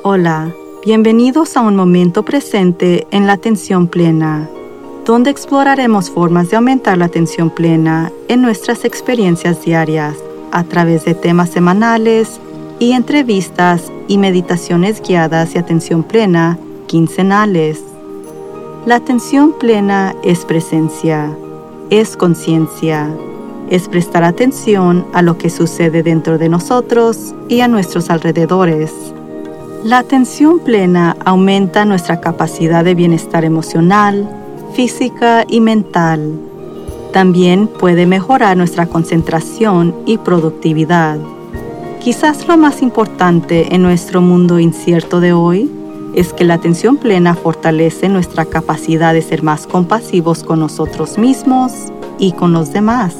Hola, bienvenidos a un momento presente en la atención plena, donde exploraremos formas de aumentar la atención plena en nuestras experiencias diarias a través de temas semanales y entrevistas y meditaciones guiadas y atención plena quincenales. La atención plena es presencia, es conciencia, es prestar atención a lo que sucede dentro de nosotros y a nuestros alrededores. La atención plena aumenta nuestra capacidad de bienestar emocional, física y mental. También puede mejorar nuestra concentración y productividad. Quizás lo más importante en nuestro mundo incierto de hoy es que la atención plena fortalece nuestra capacidad de ser más compasivos con nosotros mismos y con los demás.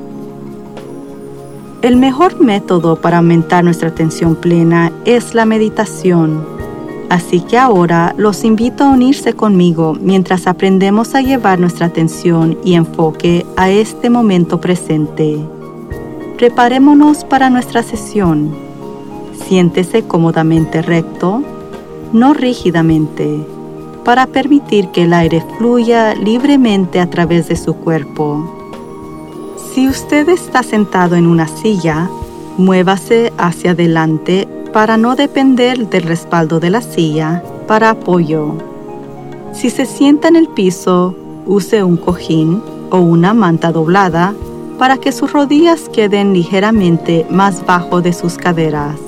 El mejor método para aumentar nuestra atención plena es la meditación. Así que ahora los invito a unirse conmigo mientras aprendemos a llevar nuestra atención y enfoque a este momento presente. Preparémonos para nuestra sesión. Siéntese cómodamente recto, no rígidamente, para permitir que el aire fluya libremente a través de su cuerpo. Si usted está sentado en una silla, muévase hacia adelante para no depender del respaldo de la silla para apoyo. Si se sienta en el piso, use un cojín o una manta doblada para que sus rodillas queden ligeramente más bajo de sus caderas.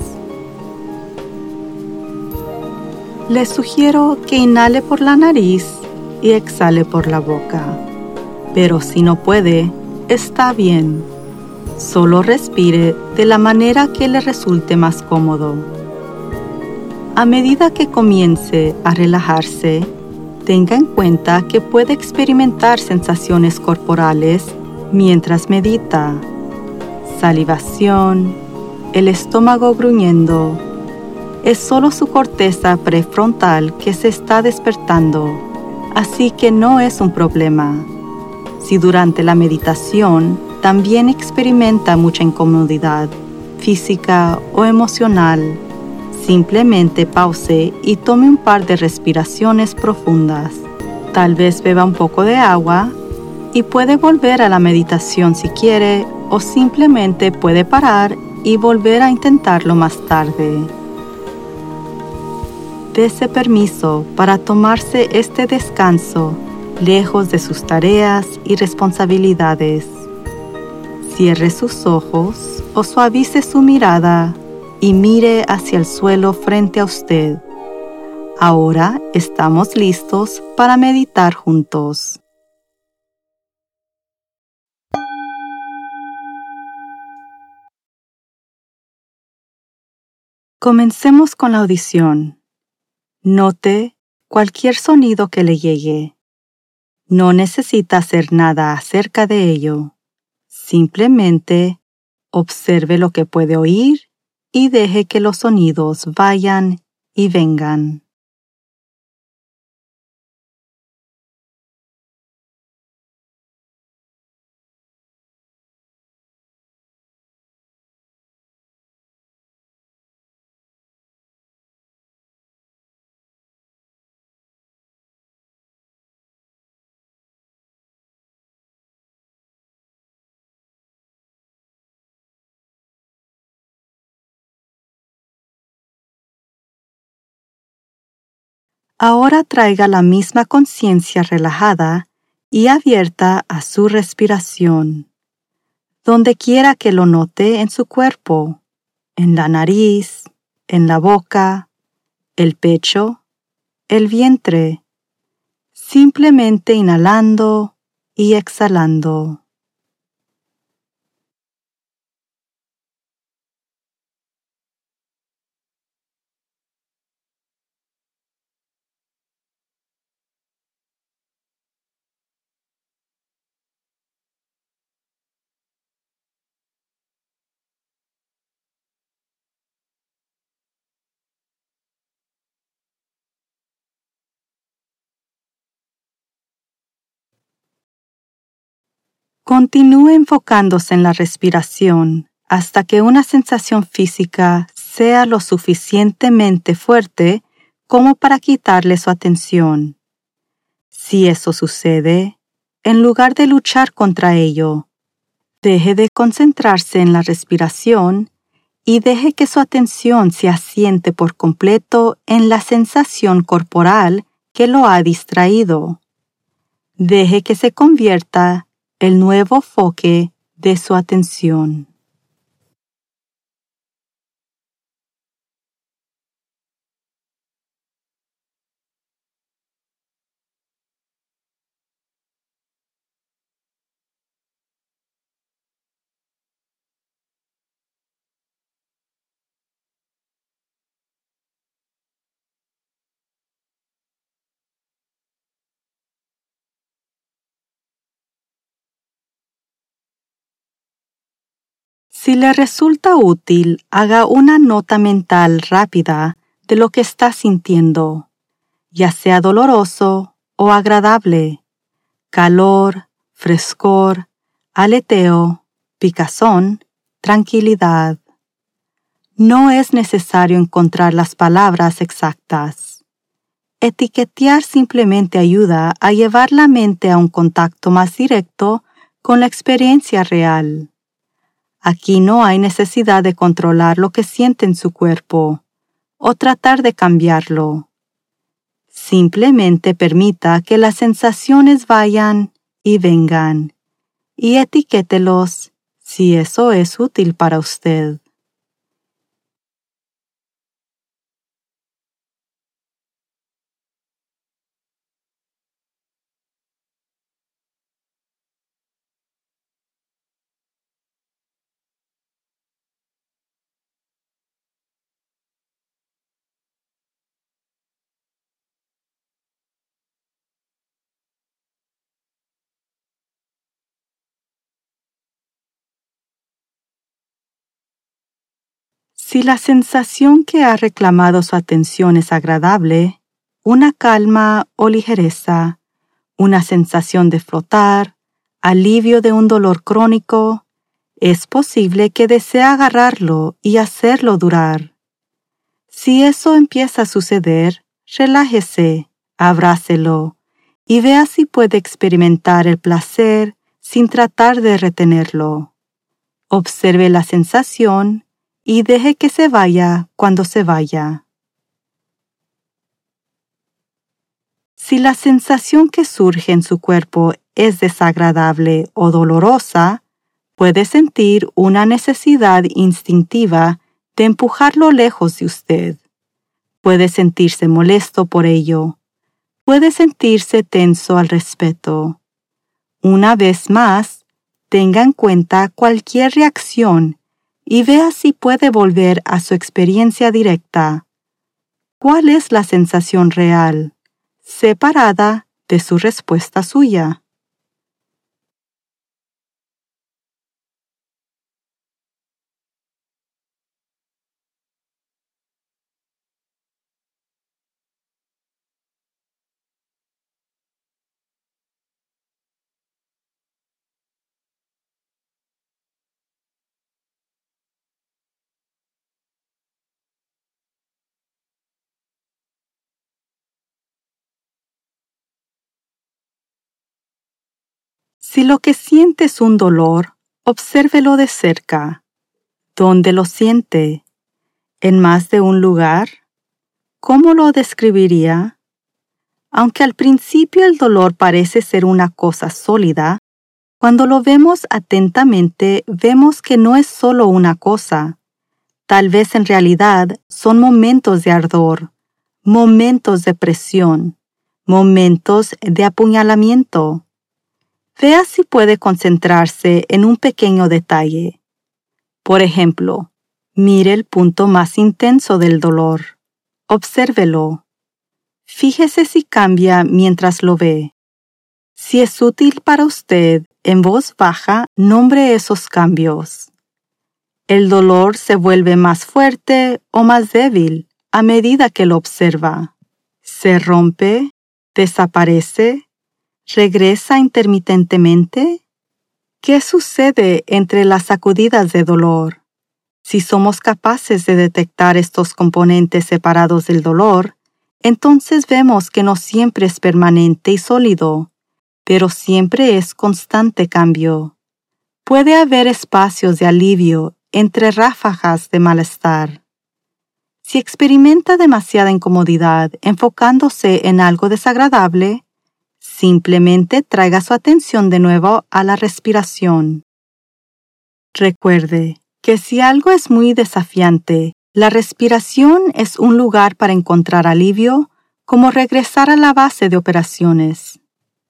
Le sugiero que inhale por la nariz y exhale por la boca. Pero si no puede, está bien. Solo respire de la manera que le resulte más cómodo. A medida que comience a relajarse, tenga en cuenta que puede experimentar sensaciones corporales mientras medita. Salivación, el estómago gruñendo. Es solo su corteza prefrontal que se está despertando, así que no es un problema. Si durante la meditación también experimenta mucha incomodidad física o emocional, simplemente pause y tome un par de respiraciones profundas. Tal vez beba un poco de agua y puede volver a la meditación si quiere, o simplemente puede parar y volver a intentarlo más tarde. Dese permiso para tomarse este descanso lejos de sus tareas y responsabilidades. Cierre sus ojos o suavice su mirada y mire hacia el suelo frente a usted. Ahora estamos listos para meditar juntos. Comencemos con la audición. Note cualquier sonido que le llegue. No necesita hacer nada acerca de ello. Simplemente observe lo que puede oír y deje que los sonidos vayan y vengan. Ahora traiga la misma conciencia relajada y abierta a su respiración, donde quiera que lo note en su cuerpo, en la nariz, en la boca, el pecho, el vientre, simplemente inhalando y exhalando. Continúe enfocándose en la respiración hasta que una sensación física sea lo suficientemente fuerte como para quitarle su atención. Si eso sucede, en lugar de luchar contra ello, deje de concentrarse en la respiración y deje que su atención se asiente por completo en la sensación corporal que lo ha distraído. Deje que se convierta el nuevo foque de su atención. Si le resulta útil, haga una nota mental rápida de lo que está sintiendo, ya sea doloroso o agradable, calor, frescor, aleteo, picazón, tranquilidad. No es necesario encontrar las palabras exactas. Etiquetear simplemente ayuda a llevar la mente a un contacto más directo con la experiencia real. Aquí no hay necesidad de controlar lo que siente en su cuerpo o tratar de cambiarlo. Simplemente permita que las sensaciones vayan y vengan y etiquételos si eso es útil para usted. Si la sensación que ha reclamado su atención es agradable, una calma o ligereza, una sensación de flotar, alivio de un dolor crónico, es posible que desee agarrarlo y hacerlo durar. Si eso empieza a suceder, relájese, abrácelo y vea si puede experimentar el placer sin tratar de retenerlo. Observe la sensación y deje que se vaya cuando se vaya. Si la sensación que surge en su cuerpo es desagradable o dolorosa, puede sentir una necesidad instintiva de empujarlo lejos de usted. Puede sentirse molesto por ello. Puede sentirse tenso al respecto. Una vez más, tenga en cuenta cualquier reacción y vea si puede volver a su experiencia directa. ¿Cuál es la sensación real, separada de su respuesta suya? Si lo que siente es un dolor, obsérvelo de cerca. ¿Dónde lo siente? ¿En más de un lugar? ¿Cómo lo describiría? Aunque al principio el dolor parece ser una cosa sólida, cuando lo vemos atentamente vemos que no es solo una cosa. Tal vez en realidad son momentos de ardor, momentos de presión, momentos de apuñalamiento. Vea si puede concentrarse en un pequeño detalle. Por ejemplo, mire el punto más intenso del dolor. Obsérvelo. Fíjese si cambia mientras lo ve. Si es útil para usted, en voz baja, nombre esos cambios. El dolor se vuelve más fuerte o más débil a medida que lo observa. Se rompe, desaparece, regresa intermitentemente. ¿Qué sucede entre las sacudidas de dolor? Si somos capaces de detectar estos componentes separados del dolor, entonces vemos que no siempre es permanente y sólido, pero siempre es constante cambio. Puede haber espacios de alivio entre ráfagas de malestar. Si experimenta demasiada incomodidad enfocándose en algo desagradable, simplemente traiga su atención de nuevo a la respiración. Recuerde que si algo es muy desafiante, la respiración es un lugar para encontrar alivio, como regresar a la base de operaciones.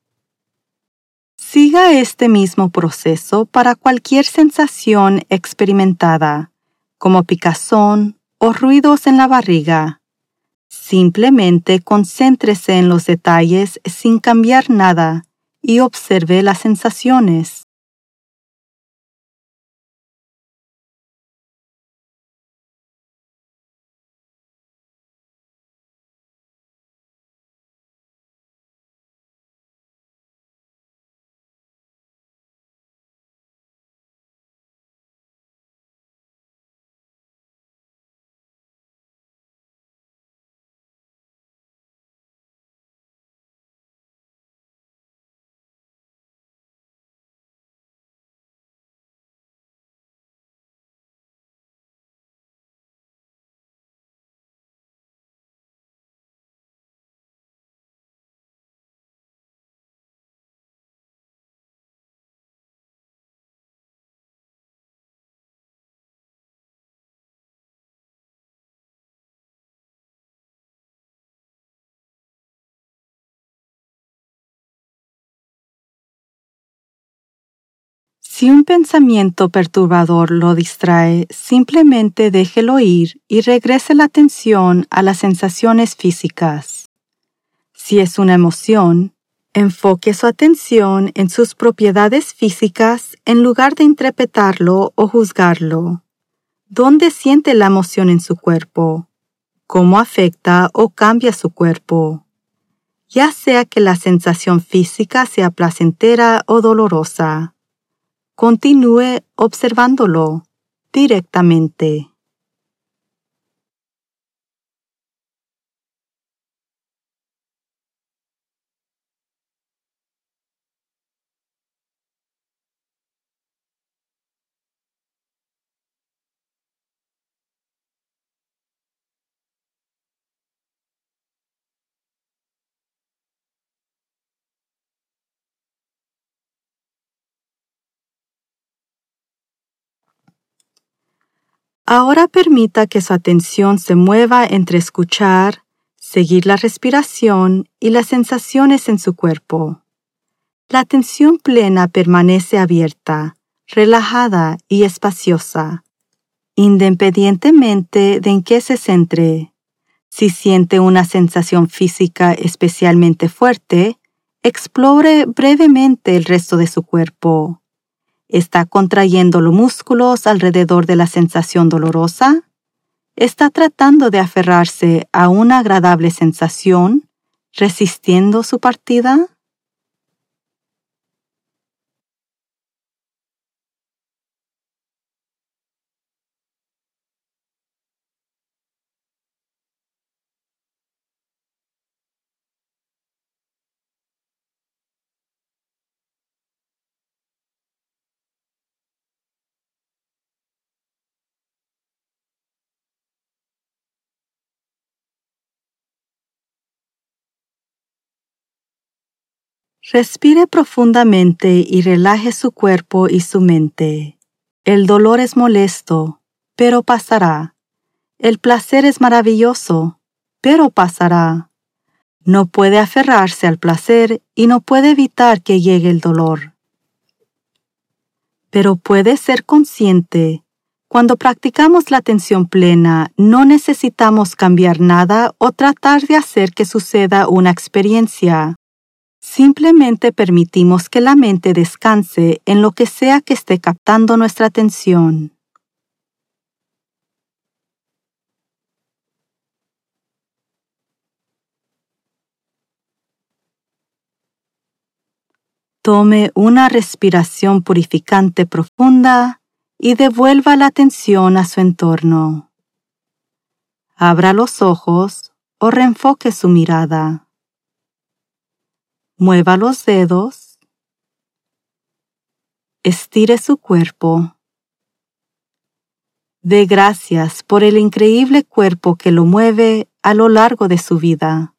Siga este mismo proceso para cualquier sensación experimentada, como picazón o ruidos en la barriga. Simplemente concéntrese en los detalles sin cambiar nada y observe las sensaciones. Si un pensamiento perturbador lo distrae, simplemente déjelo ir y regrese la atención a las sensaciones físicas. Si es una emoción, enfoque su atención en sus propiedades físicas en lugar de interpretarlo o juzgarlo. ¿Dónde siente la emoción en su cuerpo? ¿Cómo afecta o cambia su cuerpo? Ya sea que la sensación física sea placentera o dolorosa. Continúe observándolo directamente. Ahora permita que su atención se mueva entre escuchar, seguir la respiración y las sensaciones en su cuerpo. La atención plena permanece abierta, relajada y espaciosa, independientemente de en qué se centre. Si siente una sensación física especialmente fuerte, explore brevemente el resto de su cuerpo. ¿Está contrayendo los músculos alrededor de la sensación dolorosa? ¿Está tratando de aferrarse a una agradable sensación, resistiendo su partida? Respire profundamente y relaje su cuerpo y su mente. El dolor es molesto, pero pasará. El placer es maravilloso, pero pasará. No puede aferrarse al placer y no puede evitar que llegue el dolor. Pero puede ser consciente. Cuando practicamos la atención plena, no necesitamos cambiar nada o tratar de hacer que suceda una experiencia. Simplemente permitimos que la mente descanse en lo que sea que esté captando nuestra atención. Tome una respiración purificante profunda y devuelva la atención a su entorno. Abra los ojos o reenfoque su mirada. Mueva los dedos. Estire su cuerpo. Dé gracias por el increíble cuerpo que lo mueve a lo largo de su vida.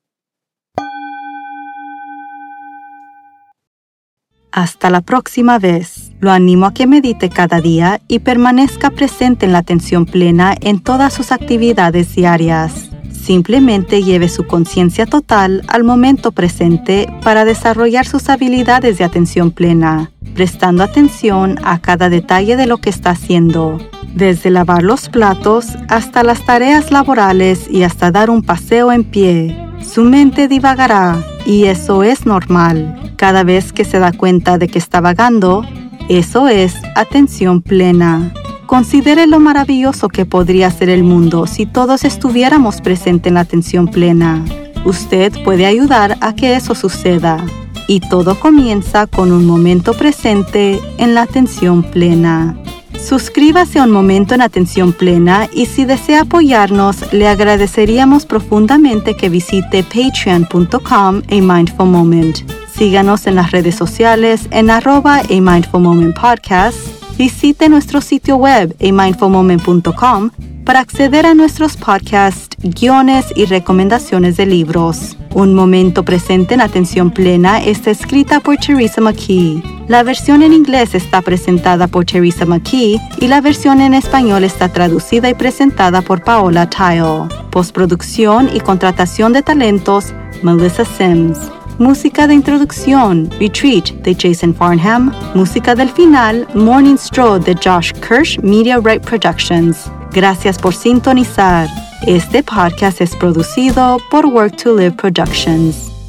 Hasta la próxima vez. Lo animo a que medite cada día y permanezca presente en la atención plena en todas sus actividades diarias. Simplemente lleve su conciencia total al momento presente para desarrollar sus habilidades de atención plena, prestando atención a cada detalle de lo que está haciendo, desde lavar los platos hasta las tareas laborales y hasta dar un paseo en pie. Su mente divagará y eso es normal. Cada vez que se da cuenta de que está vagando, eso es atención plena. Considere lo maravilloso que podría ser el mundo si todos estuviéramos presentes en la atención plena. Usted puede ayudar a que eso suceda. Y todo comienza con un momento presente en la atención plena. Suscríbase a Un Momento en Atención Plena y si desea apoyarnos, le agradeceríamos profundamente que visite patreon.com/amindfulmoment. Síganos en las redes sociales en @amindfulmomentpodcast. Visite nuestro sitio web amindfulmoment.com para acceder a nuestros podcasts, guiones y recomendaciones de libros. Un Momento Presente en Atención Plena está escrita por Teresa McKee. La versión en inglés está presentada por Teresa McKee y la versión en español está traducida y presentada por Paola Tile. Postproducción y contratación de talentos, Melissa Sims. Música de introducción, Retreat, de Jason Farnham. Música del final, Morning Stroll, de Josh Kirsch Media Right Productions. Gracias por sintonizar. Este podcast es producido por Work to Live Productions.